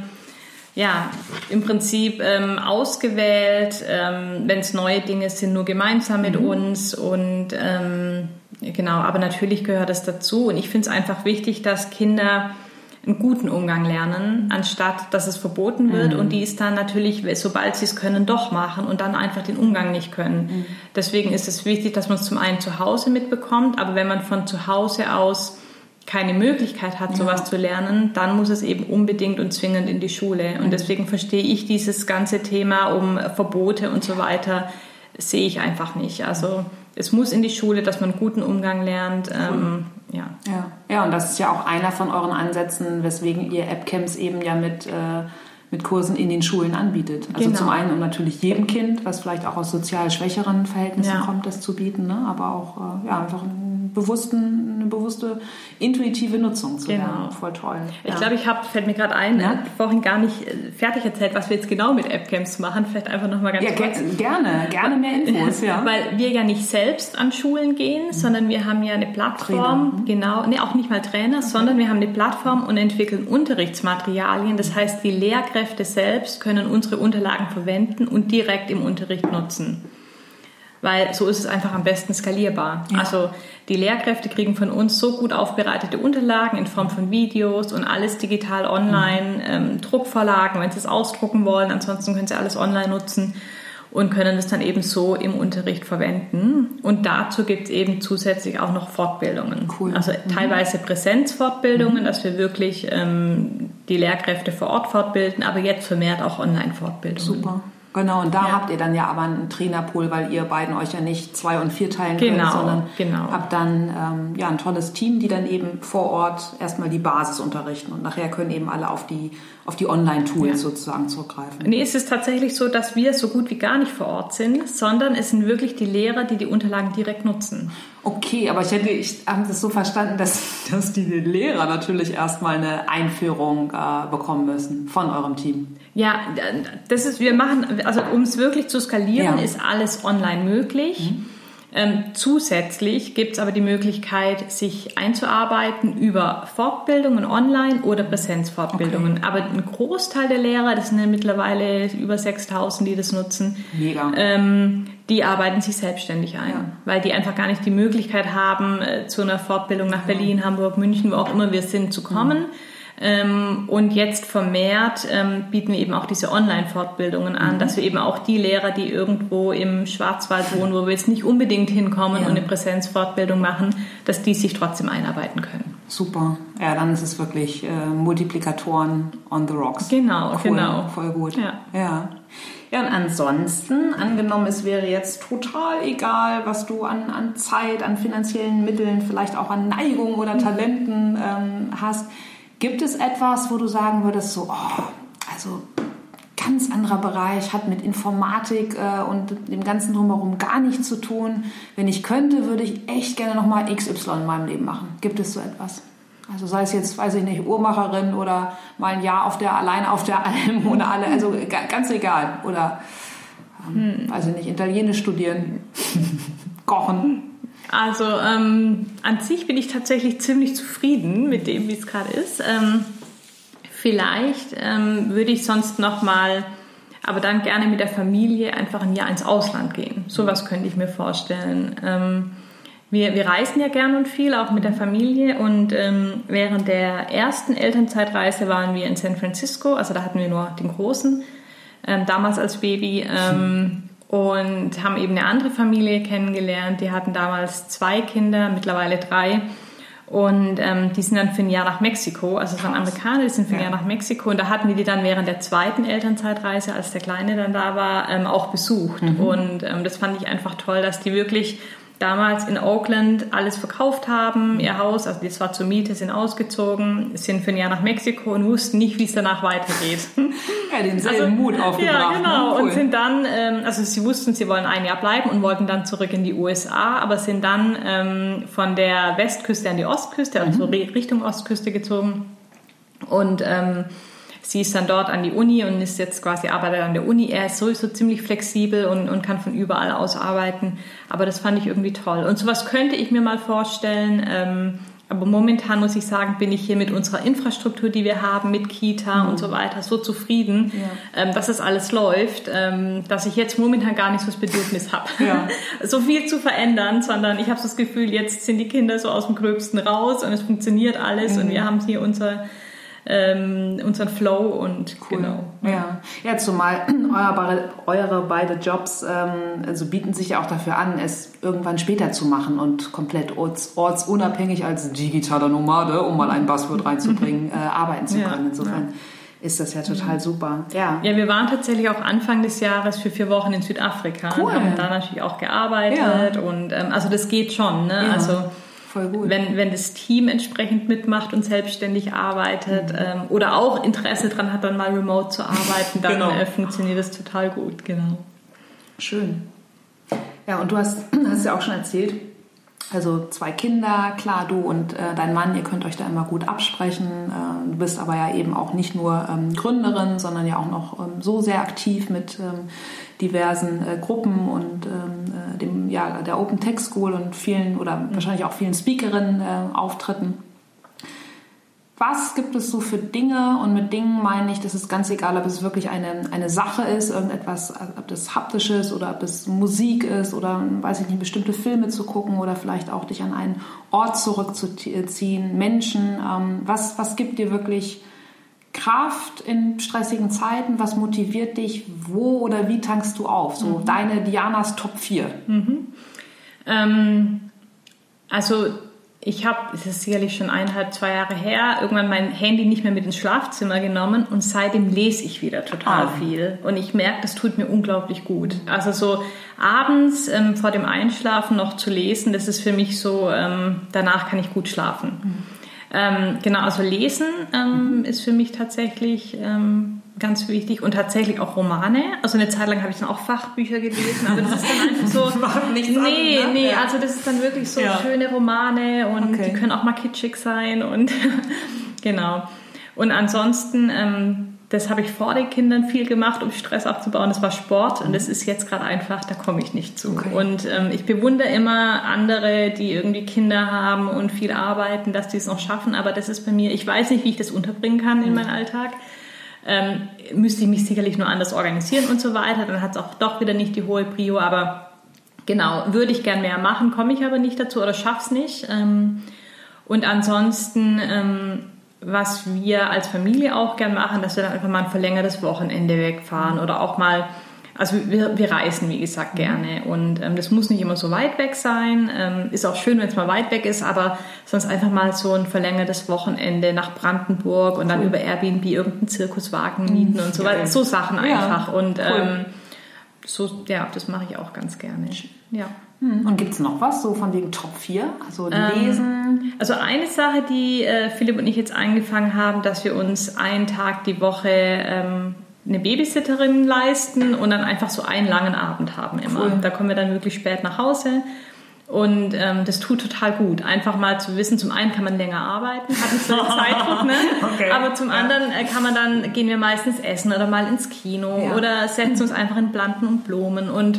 im Prinzip ausgewählt, wenn es neue Dinge sind, nur gemeinsam mit uns und genau, aber natürlich gehört das dazu und ich finde es einfach wichtig, dass Kinder einen guten Umgang lernen, anstatt dass es verboten wird und die es dann natürlich, sobald sie es können, doch machen und dann einfach den Umgang nicht können. Deswegen ist es wichtig, dass man es zum einen zu Hause mitbekommt, aber wenn man von zu Hause aus keine Möglichkeit hat, sowas zu lernen, dann muss es eben unbedingt und zwingend in die Schule. Und deswegen verstehe ich dieses ganze Thema um Verbote und so weiter, sehe ich einfach nicht. Also es muss in die Schule, dass man einen guten Umgang lernt. Ja, und das ist ja auch einer von euren Ansätzen, weswegen ihr App-Camps eben ja mit Kursen in den Schulen anbietet. Also zum einen, um natürlich jedem Kind, was vielleicht auch aus sozial schwächeren Verhältnissen kommt, das zu bieten, ne? Aber auch einfach eine bewusste, intuitive Nutzung zu lernen. Voll toll. Ich glaube, fällt mir gerade ein, vorhin gar nicht fertig erzählt, was wir jetzt genau mit App-Camps machen. Vielleicht einfach nochmal ganz kurz. Gerne mehr Infos. Ja. Weil wir ja nicht selbst an Schulen gehen, sondern wir haben ja eine Plattform, auch nicht mal Trainer, sondern wir haben eine Plattform und entwickeln Unterrichtsmaterialien. Das heißt, die Lehrkräfte selbst können unsere Unterlagen verwenden und direkt im Unterricht nutzen. Weil so ist es einfach am besten skalierbar. Ja. Also die Lehrkräfte kriegen von uns so gut aufbereitete Unterlagen in Form von Videos und alles digital online, Druckvorlagen, wenn sie es ausdrucken wollen. Ansonsten können sie alles online nutzen und können das dann eben so im Unterricht verwenden. Und dazu gibt es eben zusätzlich auch noch Fortbildungen. Cool. Also teilweise Präsenzfortbildungen, dass wir wirklich die Lehrkräfte vor Ort fortbilden, aber jetzt vermehrt auch Online-Fortbildungen. Super. Genau, und da habt ihr dann ja aber einen Trainerpool, weil ihr beiden euch ja nicht 2 und 4 teilen könnt, sondern habt dann ein tolles Team, die dann eben vor Ort erstmal die Basis unterrichten und nachher können eben alle auf die Online-Tools sozusagen zurückgreifen. Nee, es ist tatsächlich so, dass wir so gut wie gar nicht vor Ort sind, sondern es sind wirklich die Lehrer, die Unterlagen direkt nutzen. Okay, aber ich habe das so verstanden, dass die Lehrer natürlich erstmal eine Einführung bekommen müssen von eurem Team. Ja, um es wirklich zu skalieren, ist alles online möglich. Zusätzlich gibt es aber die Möglichkeit, sich einzuarbeiten über Fortbildungen online oder Präsenzfortbildungen. Okay. Aber ein Großteil der Lehrer, das sind ja mittlerweile über 6.000, die das nutzen, die arbeiten sich selbstständig ein, weil die einfach gar nicht die Möglichkeit haben, zu einer Fortbildung nach Berlin, Hamburg, München, wo auch immer wir sind, zu kommen. Und jetzt vermehrt bieten wir eben auch diese Online-Fortbildungen an, dass wir eben auch die Lehrer, die irgendwo im Schwarzwald wohnen, wo wir jetzt nicht unbedingt hinkommen und eine Präsenzfortbildung machen, dass die sich trotzdem einarbeiten können. Super. Ja, dann ist es wirklich Multiplikatoren on the rocks. Genau, cool. Genau. Voll gut. Ja, und ansonsten, angenommen, es wäre jetzt total egal, was du an Zeit, an finanziellen Mitteln, vielleicht auch an Neigungen oder Talenten hast. Gibt es etwas, wo du sagen würdest, also ganz anderer Bereich, hat mit Informatik und dem Ganzen drumherum gar nichts zu tun. Wenn ich könnte, würde ich echt gerne nochmal XY in meinem Leben machen. Gibt es so etwas? Also sei es jetzt, weiß ich nicht, Uhrmacherin oder mal ein Jahr alleine auf der Alm oder alle, also ganz egal. Oder, weiß ich nicht, Italienisch studieren, kochen. Also an sich bin ich tatsächlich ziemlich zufrieden mit dem, wie es gerade ist. Vielleicht würde ich sonst nochmal, aber dann gerne mit der Familie einfach ein Jahr ins Ausland gehen. Sowas könnte ich mir vorstellen. Wir reisen ja gern und viel, auch mit der Familie. Und während der ersten Elternzeitreise waren wir in San Francisco. Also da hatten wir nur den Großen, damals als Baby. Und haben eben eine andere Familie kennengelernt. Die hatten damals 2 Kinder, mittlerweile 3. Und die sind dann für ein Jahr nach Mexiko. Also es waren Amerikaner, die sind für ein Jahr nach Mexiko. Und da hatten wir die dann während der zweiten Elternzeitreise, als der Kleine dann da war, auch besucht. Und das fand ich einfach toll, dass die wirklich damals in Oakland alles verkauft haben, ihr Haus, also das war zur Miete, sind ausgezogen, sind für ein Jahr nach Mexiko und wussten nicht, wie es danach weitergeht. Ja, denselben Mut aufgebracht. Ja, genau. Cool. Und sind dann, also sie wussten, sie wollen ein Jahr bleiben und wollten dann zurück in die USA, aber sind dann von der Westküste an die Ostküste, also Richtung Ostküste gezogen. Und sie ist dann dort an die Uni und ist jetzt quasi arbeitet an der Uni. Er ist sowieso ziemlich flexibel und kann von überall aus arbeiten. Aber das fand ich irgendwie toll. Und sowas könnte ich mir mal vorstellen. Aber momentan muss ich sagen, bin ich hier mit unserer Infrastruktur, die wir haben, mit Kita und so weiter, so zufrieden, dass das alles läuft, dass ich jetzt momentan gar nicht so das Bedürfnis habe, so viel zu verändern, sondern ich habe so das Gefühl, jetzt sind die Kinder so aus dem Gröbsten raus und es funktioniert alles und wir haben hier unseren Flow und cool. Genau. Ja, zumal eure beide Jobs also bieten sich ja auch dafür an, es irgendwann später zu machen und komplett ortsunabhängig als digitaler Nomade, um mal ein Buzzword reinzubringen, arbeiten zu können. Insofern ist das ja total super. Ja, wir waren tatsächlich auch Anfang des Jahres für 4 Wochen in Südafrika und haben da natürlich auch gearbeitet und also das geht schon, ne? Ja. Also voll gut. Wenn das Team entsprechend mitmacht und selbstständig arbeitet oder auch Interesse daran hat, dann mal remote zu arbeiten, dann funktioniert das total gut. Genau. Schön. Ja, und du hast ja auch schon erzählt, also 2 Kinder, klar, du und dein Mann, ihr könnt euch da immer gut absprechen. Du bist aber ja eben auch nicht nur Gründerin, sondern ja auch noch so sehr aktiv mit diversen Gruppen und der Open Tech School und vielen oder wahrscheinlich auch vielen Speakerinnen-Auftritten. Was gibt es so für Dinge? Und mit Dingen meine ich, das ist ganz egal, ob es wirklich eine Sache ist, irgendetwas, ob das haptisch ist oder ob es Musik ist oder, weiß ich nicht, bestimmte Filme zu gucken oder vielleicht auch dich an einen Ort zurückzuziehen, Menschen. Was gibt dir wirklich Kraft in stressigen Zeiten? Was motiviert dich? Wo oder wie tankst du auf? So deine Dianas Top 4. Also es ist sicherlich schon 1,5, 2 Jahre her, irgendwann mein Handy nicht mehr mit ins Schlafzimmer genommen und seitdem lese ich wieder total viel. Und ich merke, das tut mir unglaublich gut. Also so abends vor dem Einschlafen noch zu lesen, das ist für mich so, danach kann ich gut schlafen. Genau, also Lesen ist für mich tatsächlich ganz wichtig und tatsächlich auch Romane. Also eine Zeit lang habe ich dann auch Fachbücher gelesen, aber das ist dann einfach so... Macht nichts an, ne? Ja. Also das ist dann wirklich so schöne Romane und die können auch mal kitschig sein und genau. Und ansonsten, das habe ich vor den Kindern viel gemacht, um Stress abzubauen. Das war Sport und das ist jetzt gerade einfach, da komme ich nicht zu. Okay. Und ich bewundere immer andere, die irgendwie Kinder haben und viel arbeiten, dass die es noch schaffen. Aber das ist bei mir, ich weiß nicht, wie ich das unterbringen kann in meinen Alltag. Müsste ich mich sicherlich nur anders organisieren und so weiter. Dann hat es auch doch wieder nicht die hohe Prio. Aber genau, würde ich gern mehr machen, komme ich aber nicht dazu oder schaff's nicht. Und ansonsten... was wir als Familie auch gern machen, dass wir dann einfach mal ein verlängertes Wochenende wegfahren oder auch mal, also wir reisen, wie gesagt, gerne und das muss nicht immer so weit weg sein, ist auch schön, wenn es mal weit weg ist, aber sonst einfach mal so ein verlängertes Wochenende nach Brandenburg und dann über Airbnb irgendeinen Zirkuswagen mieten und so weiter, so Sachen einfach und so, ja, das mache ich auch ganz gerne. Ja. Und gibt es noch was, so von wegen Top 4? Also Lesen? Also eine Sache, die Philipp und ich jetzt angefangen haben, dass wir uns einen Tag die Woche eine Babysitterin leisten und dann einfach so einen langen Abend haben immer. Cool. Da kommen wir dann wirklich spät nach Hause und das tut total gut. Einfach mal zu wissen, zum einen kann man länger arbeiten, hat nicht so einen Zeitdruck, ne? Okay. Aber zum anderen gehen wir meistens essen oder mal ins Kino oder setzen uns einfach in Planten und Blumen und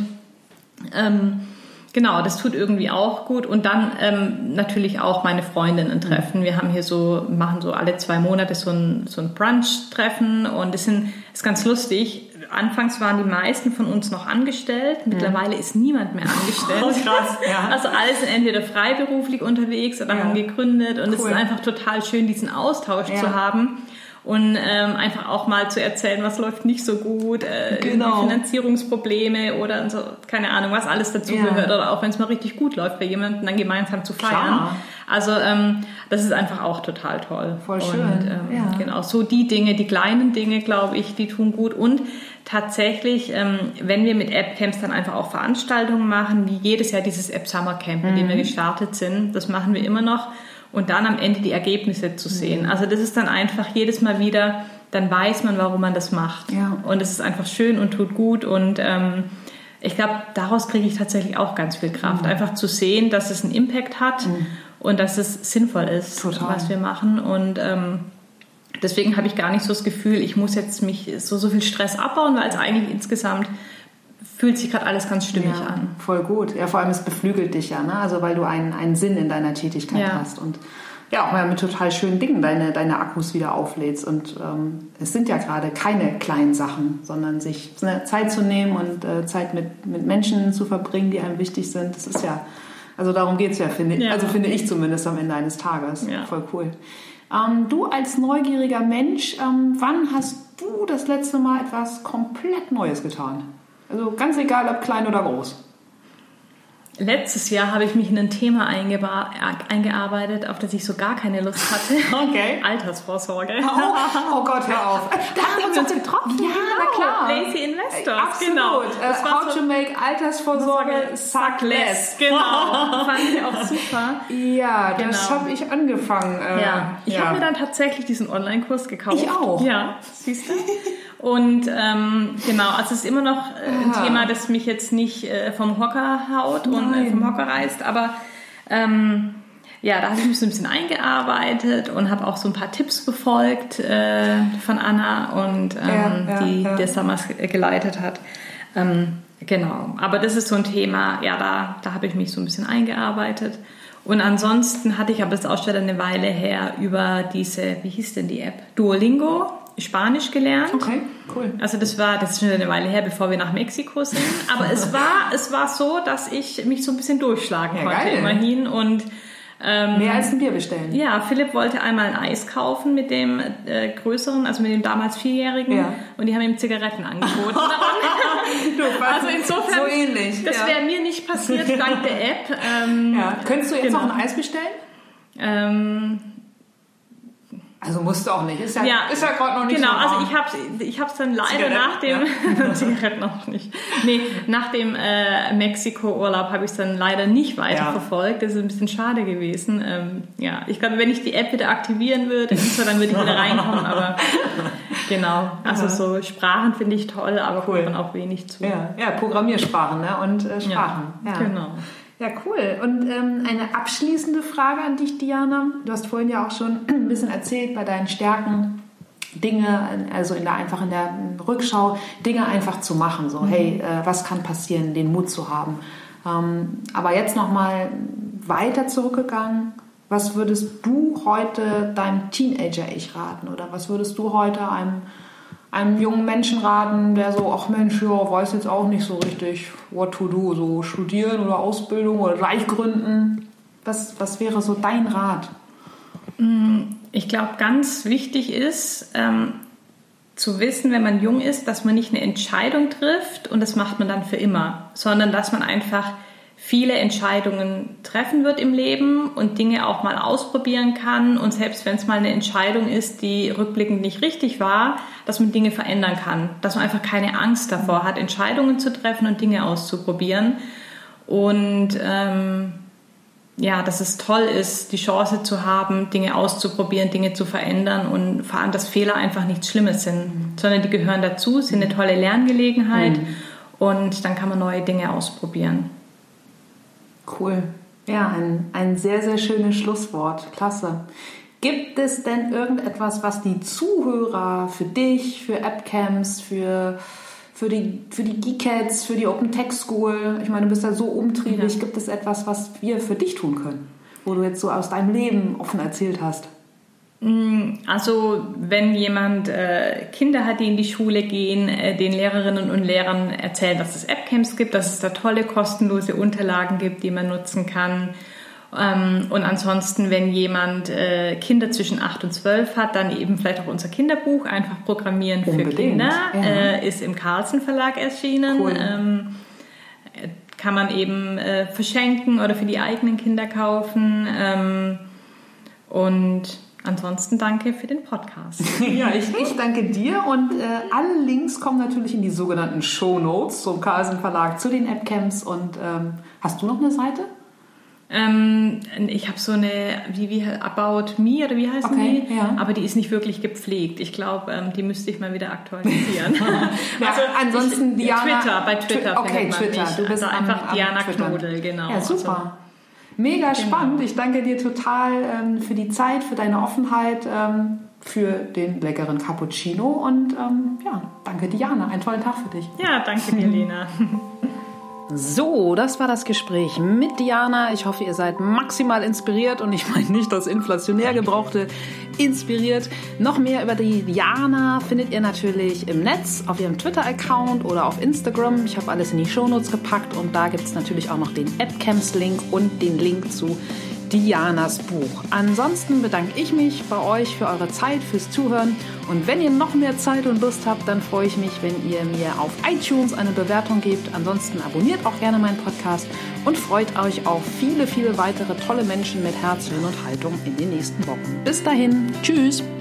genau, das tut irgendwie auch gut. Und dann natürlich auch meine Freundinnen treffen. Wir haben hier machen so alle 2 Monate so ein Brunch-Treffen und das ist ganz lustig. Anfangs waren die meisten von uns noch angestellt. Mittlerweile ist niemand mehr angestellt. Oh, krass, ja. Also alle sind entweder freiberuflich unterwegs oder haben gegründet. Und es ist einfach total schön, diesen Austausch zu haben. Und einfach auch mal zu erzählen, was läuft nicht so gut, Finanzierungsprobleme oder so, keine Ahnung, was alles dazugehört oder auch wenn es mal richtig gut läuft bei jemandem, dann gemeinsam zu feiern. Klar. Also das ist einfach auch total toll. Voll schön. Und genau, so die Dinge, die kleinen Dinge, glaube ich, die tun gut. Und tatsächlich, wenn wir mit App-Camps dann einfach auch Veranstaltungen machen, wie jedes Jahr dieses App-Summer-Camp, mit dem wir gestartet sind, das machen wir immer noch. Und dann am Ende die Ergebnisse zu sehen. Also das ist dann einfach jedes Mal wieder, dann weiß man, warum man das macht. Ja. Und es ist einfach schön und tut gut. Und ich glaube, daraus kriege ich tatsächlich auch ganz viel Kraft. Einfach zu sehen, dass es einen Impact hat und dass es sinnvoll ist, was wir machen. Und deswegen habe ich gar nicht so das Gefühl, ich muss jetzt mich so viel Stress abbauen, weil es eigentlich insgesamt fühlt sich gerade alles ganz stimmig an. Voll gut. Ja, vor allem es beflügelt dich ja, ne? Also weil du einen Sinn in deiner Tätigkeit hast und auch mal mit total schönen Dingen deine Akkus wieder auflädst. Und es sind ja gerade keine kleinen Sachen, sondern sich Zeit zu nehmen und Zeit mit Menschen zu verbringen, die einem wichtig sind. Das ist ja, also darum geht es ja, finde ich zumindest am Ende eines Tages. Ja. Voll cool. Du als neugieriger Mensch, wann hast du das letzte Mal etwas komplett Neues getan? Also ganz egal, ob klein oder groß. Letztes Jahr habe ich mich in ein Thema eingearbeitet, auf das ich so gar keine Lust hatte. Okay. Altersvorsorge. Oh Gott, hör auf. Da haben wir uns getroffen. Ja, na klar. Lazy Investors. Absolut. Genau. How to make Altersvorsorge suck less. Genau. Fand ich auch super. Ja, das habe ich angefangen. Ich habe mir dann tatsächlich diesen Online-Kurs gekauft. Ich auch. Ja, siehst du? Und genau, also es ist immer noch ein Thema, das mich jetzt nicht vom Hocker haut und vom Hocker reißt, aber da habe ich mich so ein bisschen eingearbeitet und habe auch so ein paar Tipps befolgt von Anna und die das damals geleitet hat. Genau, aber das ist so ein Thema, da habe ich mich so ein bisschen eingearbeitet. Und ansonsten hatte ich aber das auch schon eine Weile her über diese, wie hieß denn die App? Duolingo. Spanisch gelernt. Okay, cool. Also das ist schon eine Weile her, bevor wir nach Mexiko sind. Aber es war so, dass ich mich so ein bisschen durchschlagen konnte geil. Immerhin. Und mehr als ein Bier bestellen. Ja, Philipp wollte einmal ein Eis kaufen mit dem größeren, also mit dem damals 4-Jährigen. Ja. Und die haben ihm Zigaretten angeboten. Also insofern, so ähnlich. Das wäre mir nicht passiert dank der App. Könntest du jetzt noch ein Eis bestellen? Also musst du auch nicht. Ist ja gerade noch nicht genau, so warm. Also ich hab's dann leider nach dem Zigaretten noch nicht. Nee, nach dem Mexiko-Urlaub habe ich es dann leider nicht weiterverfolgt. Das ist ein bisschen schade gewesen. Ich glaube, wenn ich die App wieder aktivieren würde, dann würde ich wieder reinkommen. Aber genau, also so Sprachen finde ich toll, aber kommt dann auch wenig zu. Ja, Programmiersprachen, ne? Und Sprachen. Ja, genau. Ja, cool. Und eine abschließende Frage an dich, Diana. Du hast vorhin ja auch schon ein bisschen erzählt bei deinen Stärken, Dinge, also in der Rückschau, Dinge einfach zu machen. So, hey, was kann passieren, den Mut zu haben. Aber jetzt nochmal weiter zurückgegangen. Was würdest du heute deinem Teenager-Ich raten? Oder was würdest du heute einem jungen Menschen raten, der so, ach Mensch, ja, weiß jetzt auch nicht so richtig, what to do, so studieren oder Ausbildung oder gleich gründen. Was wäre so dein Rat? Ich glaube, ganz wichtig ist, zu wissen, wenn man jung ist, dass man nicht eine Entscheidung trifft und das macht man dann für immer, sondern dass man einfach viele Entscheidungen treffen wird im Leben und Dinge auch mal ausprobieren kann und selbst wenn es mal eine Entscheidung ist, die rückblickend nicht richtig war, dass man Dinge verändern kann, dass man einfach keine Angst davor hat, Entscheidungen zu treffen und Dinge auszuprobieren und dass es toll ist, die Chance zu haben, Dinge auszuprobieren, Dinge zu verändern und vor allem, dass Fehler einfach nichts Schlimmes sind, sondern die gehören dazu, sind eine tolle Lerngelegenheit und dann kann man neue Dinge ausprobieren. Cool. Ja, ein sehr, sehr schönes Schlusswort. Klasse. Gibt es denn irgendetwas, was die Zuhörer für dich, für AppCamps, für die Geekheads, für die Open Tech School, ich meine, du bist ja so umtriebig, gibt es etwas, was wir für dich tun können, wo du jetzt so aus deinem Leben offen erzählt hast? Also wenn jemand Kinder hat, die in die Schule gehen, den Lehrerinnen und Lehrern erzählen, dass es AppCamps gibt, dass es da tolle kostenlose Unterlagen gibt, die man nutzen kann. Und ansonsten, wenn jemand Kinder zwischen 8 und 12 hat, dann eben vielleicht auch unser Kinderbuch, einfach Programmieren für Kinder, ist im Carlsen Verlag erschienen. Cool. Kann man eben verschenken oder für die eigenen Kinder kaufen. Und ansonsten danke für den Podcast. Ja, ich danke dir und alle Links kommen natürlich in die sogenannten Shownotes zum Carlsen Verlag, zu den AppCamps. Und hast du noch eine Seite? Ich habe so eine, wie About Me oder wie heißen die? Ja. Aber die ist nicht wirklich gepflegt. Ich glaube, die müsste ich mal wieder aktualisieren. Ansonsten Diana... Bei Twitter okay, Twitter. Mich. Du bist also einfach Diana Knodel, genau. Ja, super. Also, mega spannend. Ich danke dir total für die Zeit, für deine Offenheit, für den leckeren Cappuccino und danke Diana. Einen tollen Tag für dich. Ja, danke dir, Lena. So, das war das Gespräch mit Diana. Ich hoffe, ihr seid maximal inspiriert und ich meine nicht das inflationär Gebrauchte inspiriert. Noch mehr über die Diana findet ihr natürlich im Netz, auf ihrem Twitter-Account oder auf Instagram. Ich habe alles in die Shownotes gepackt und da gibt es natürlich auch noch den AppCamps-Link und den Link zu Dianas Buch. Ansonsten bedanke ich mich bei euch für eure Zeit, fürs Zuhören und wenn ihr noch mehr Zeit und Lust habt, dann freue ich mich, wenn ihr mir auf iTunes eine Bewertung gebt. Ansonsten abonniert auch gerne meinen Podcast und freut euch auf viele, viele weitere tolle Menschen mit Herz, Hirn und Haltung in den nächsten Wochen. Bis dahin, tschüss!